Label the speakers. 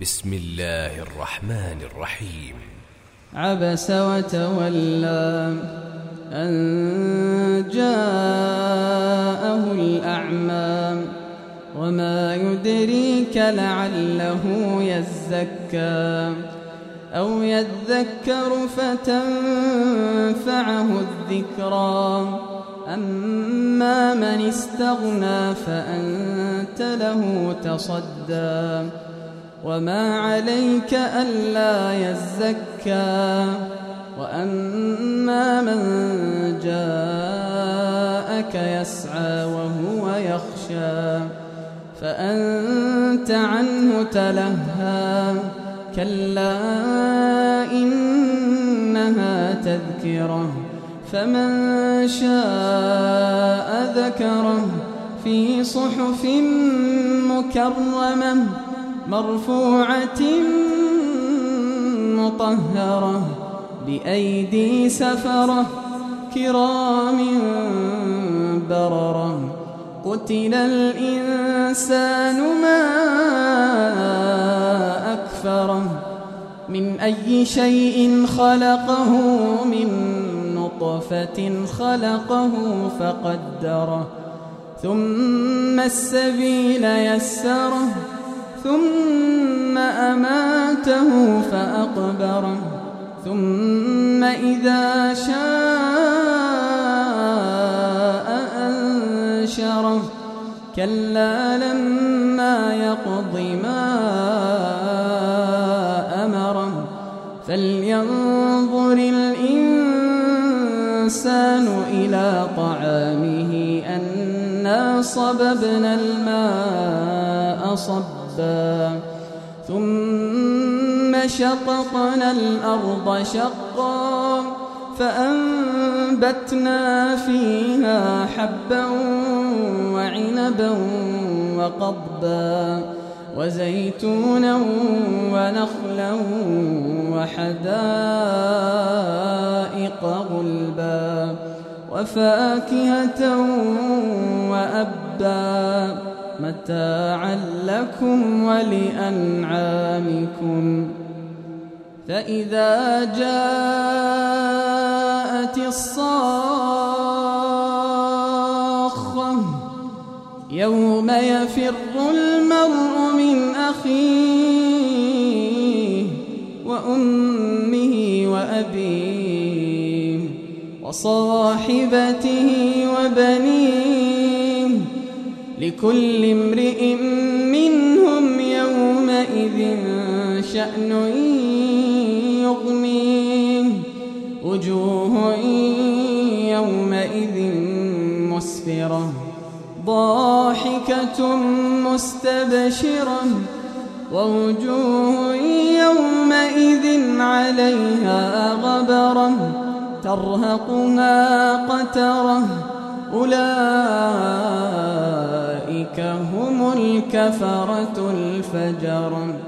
Speaker 1: بسم الله الرحمن الرحيم.
Speaker 2: عبس وتولى أن جاءه الأعمى وما يدريك لعله يزكى أو يذكر فتنفعه الذكرى أما من استغنى فأنت له تصدى وما عليك ألا يزكى وأما من جاءك يسعى وهو يخشى فأنت عنه تلهى كلا إنها تذكرة فمن شاء ذكره في صحف مكرمة مرفوعة مطهرة بأيدي سفرة كرام بررة قتل الإنسان ما أكفره من أي شيء خلقه من نطفة خلقه فقدره ثم السبيل يسره ثم أماته فأقبره ثم إذا شاء أنشره كلا لما يقض ما أمره فلينظر الإنسان إلى طعامه أنا صببنا الماء صبا ثم شققنا الأرض شقا فأنبتنا فيها حبا وعنبا وقضبا وزيتونا ونخلا وحدائق غلبا وفاكهة وأبا متاعا لكم ولأنعامكم فإذا جاءت الصاخة يوم يفر المرء من أخيه وأمه وأبيه وصاحبته وبنيه لكل امرئ منهم يومئذ شأن يغنيه وجوه يومئذ مسفرة ضاحكة مستبشرة ووجوه يومئذ عليها غبرة ترهقها قترة أولئك هم الكفرة الفجرة.